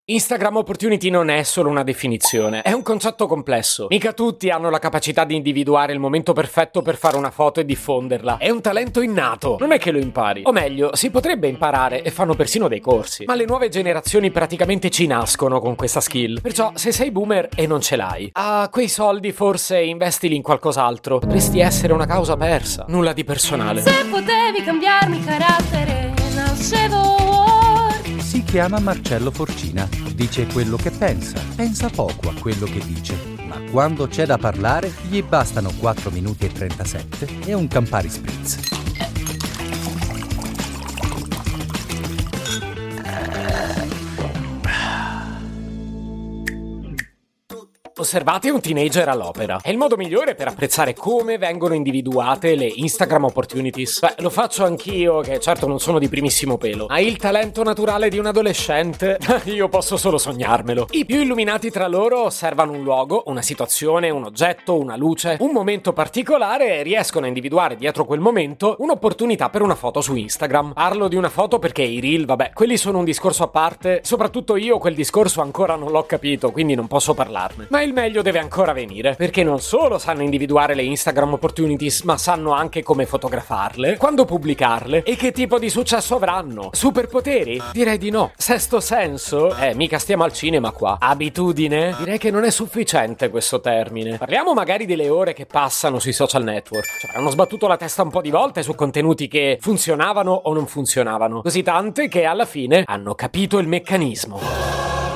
Instagram Opportunity non è solo una definizione, è un concetto complesso. Mica tutti hanno la capacità di individuare il momento perfetto per fare una foto e diffonderla. È un talento innato, non è che lo impari. O meglio, si potrebbe imparare e fanno persino dei corsi. Ma le nuove generazioni praticamente ci nascono con questa skill. Perciò, se sei boomer e non ce l'hai, quei soldi forse investili in qualcos'altro. Potresti essere una causa persa. Nulla di personale. Se potevi cambiarmi carattere, nascevo. Si chiama Marcello Forcina, dice quello che pensa poco a quello che dice, ma quando c'è da parlare gli bastano 4 minuti e 37 e un Campari Spritz. Osservate un teenager all'opera. È il modo migliore per apprezzare come vengono individuate le Instagram opportunities. Beh, lo faccio anch'io, che certo non sono di primissimo pelo. Hai il talento naturale di un adolescente? Io posso solo sognarmelo. I più illuminati tra loro osservano un luogo, una situazione, un oggetto, una luce, un momento particolare e riescono a individuare dietro quel momento un'opportunità per una foto su Instagram. Parlo di una foto perché i reel, vabbè, quelli sono un discorso a parte. Soprattutto io quel discorso ancora non l'ho capito, quindi non posso parlarne. Ma il meglio deve ancora venire, perché non solo sanno individuare le Instagram opportunities, ma sanno anche come fotografarle, quando pubblicarle e che tipo di successo avranno. Superpoteri? Direi di no. Sesto senso? Mica stiamo al cinema qua. Abitudine? Direi che non è sufficiente questo termine. Parliamo magari delle ore che passano sui social network. Cioè, hanno sbattuto la testa un po' di volte su contenuti che funzionavano o non funzionavano. Così tante che alla fine hanno capito il meccanismo.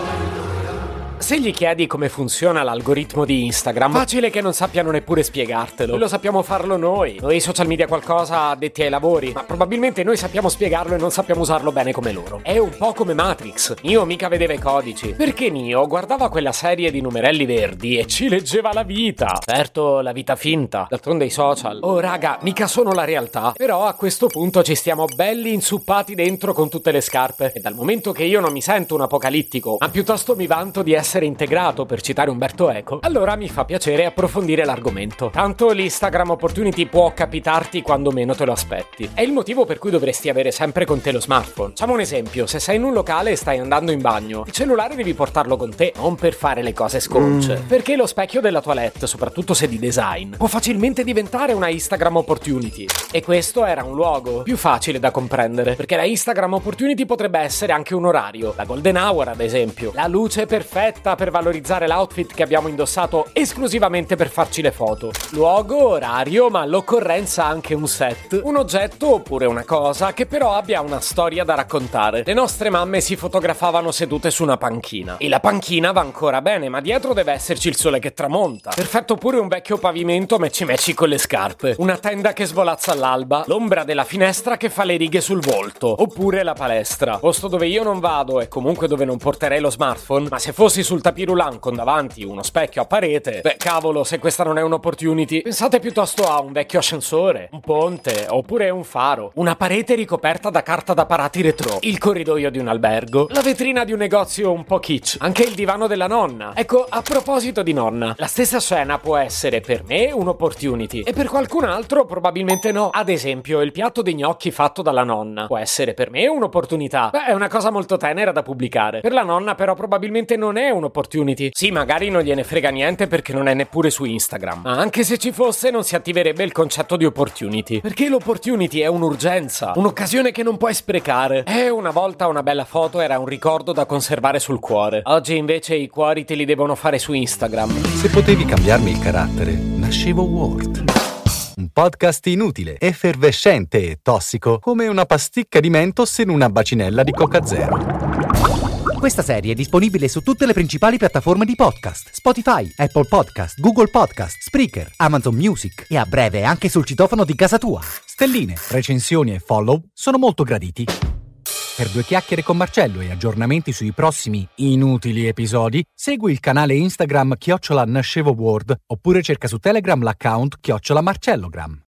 Se gli chiedi come funziona l'algoritmo di Instagram, facile che non sappiano neppure spiegartelo. Lo sappiamo farlo noi social media qualcosa addetti ai lavori, ma probabilmente noi sappiamo spiegarlo e non sappiamo usarlo bene come loro. È un po' come Matrix. Neo mica vedeva i codici, perché Neo guardava quella serie di numerelli verdi e ci leggeva la vita. Certo, la vita finta, d'altronde i social. Oh raga, mica sono la realtà. Però a questo punto ci stiamo belli inzuppati dentro con tutte le scarpe. E dal momento che io non mi sento un apocalittico, ma piuttosto mi vanto di essere integrato, per citare Umberto Eco, allora mi fa piacere approfondire l'argomento. Tanto l'Instagram Opportunity può capitarti quando meno te lo aspetti. È il motivo per cui dovresti avere sempre con te lo smartphone. Facciamo un esempio: se sei in un locale e stai andando in bagno, il cellulare devi portarlo con te, non per fare le cose sconce. Perché lo specchio della toilette, soprattutto se di design, può facilmente diventare una Instagram Opportunity. E questo era un luogo più facile da comprendere, perché la Instagram Opportunity potrebbe essere anche un orario, la golden hour ad esempio, la luce perfetta per valorizzare l'outfit che abbiamo indossato esclusivamente per farci le foto. Luogo, orario, ma all'occorrenza anche un set, un oggetto oppure una cosa che però abbia una storia da raccontare. Le nostre mamme si fotografavano sedute su una panchina e la panchina va ancora bene, ma dietro deve esserci il sole che tramonta. Perfetto pure un vecchio pavimento matchy con le scarpe, una tenda che svolazza all'alba, l'ombra della finestra che fa le righe sul volto, oppure la palestra, posto dove io non vado e comunque dove non porterei lo smartphone, ma se fossi sul tapirulan con davanti uno specchio a parete, beh cavolo, se questa non è un'opportunity, pensate piuttosto a un vecchio ascensore, un ponte, oppure un faro, una parete ricoperta da carta da parati retro, il corridoio di un albergo, la vetrina di un negozio un po' kitsch, anche il divano della nonna. Ecco, a proposito di nonna, la stessa scena può essere per me un'opportunity e per qualcun altro probabilmente no. Ad esempio, il piatto di gnocchi fatto dalla nonna può essere per me un'opportunità. Beh, è una cosa molto tenera da pubblicare. Per la nonna però probabilmente non è un'opportunity. Sì, magari non gliene frega niente perché non è neppure su Instagram, ma anche se ci fosse non si attiverebbe il concetto di opportunity, perché l'opportunity è un'urgenza, un'occasione che non puoi sprecare. Una volta una bella foto era un ricordo da conservare sul cuore. Oggi invece i cuori te li devono fare su Instagram. Se potevi cambiarmi il carattere, nascevo Word. Un podcast inutile, effervescente e tossico, come una pasticca di Mentos in una bacinella di Coca Zero. Questa serie è disponibile su tutte le principali piattaforme di podcast: Spotify, Apple Podcast, Google Podcast, Spreaker, Amazon Music e a breve anche sul citofono di casa tua. Stelline, recensioni e follow sono molto graditi. Per 2 chiacchiere con Marcello e aggiornamenti sui prossimi inutili episodi, segui il canale Instagram @NascevoWord oppure cerca su Telegram l'account @MarcelloGram.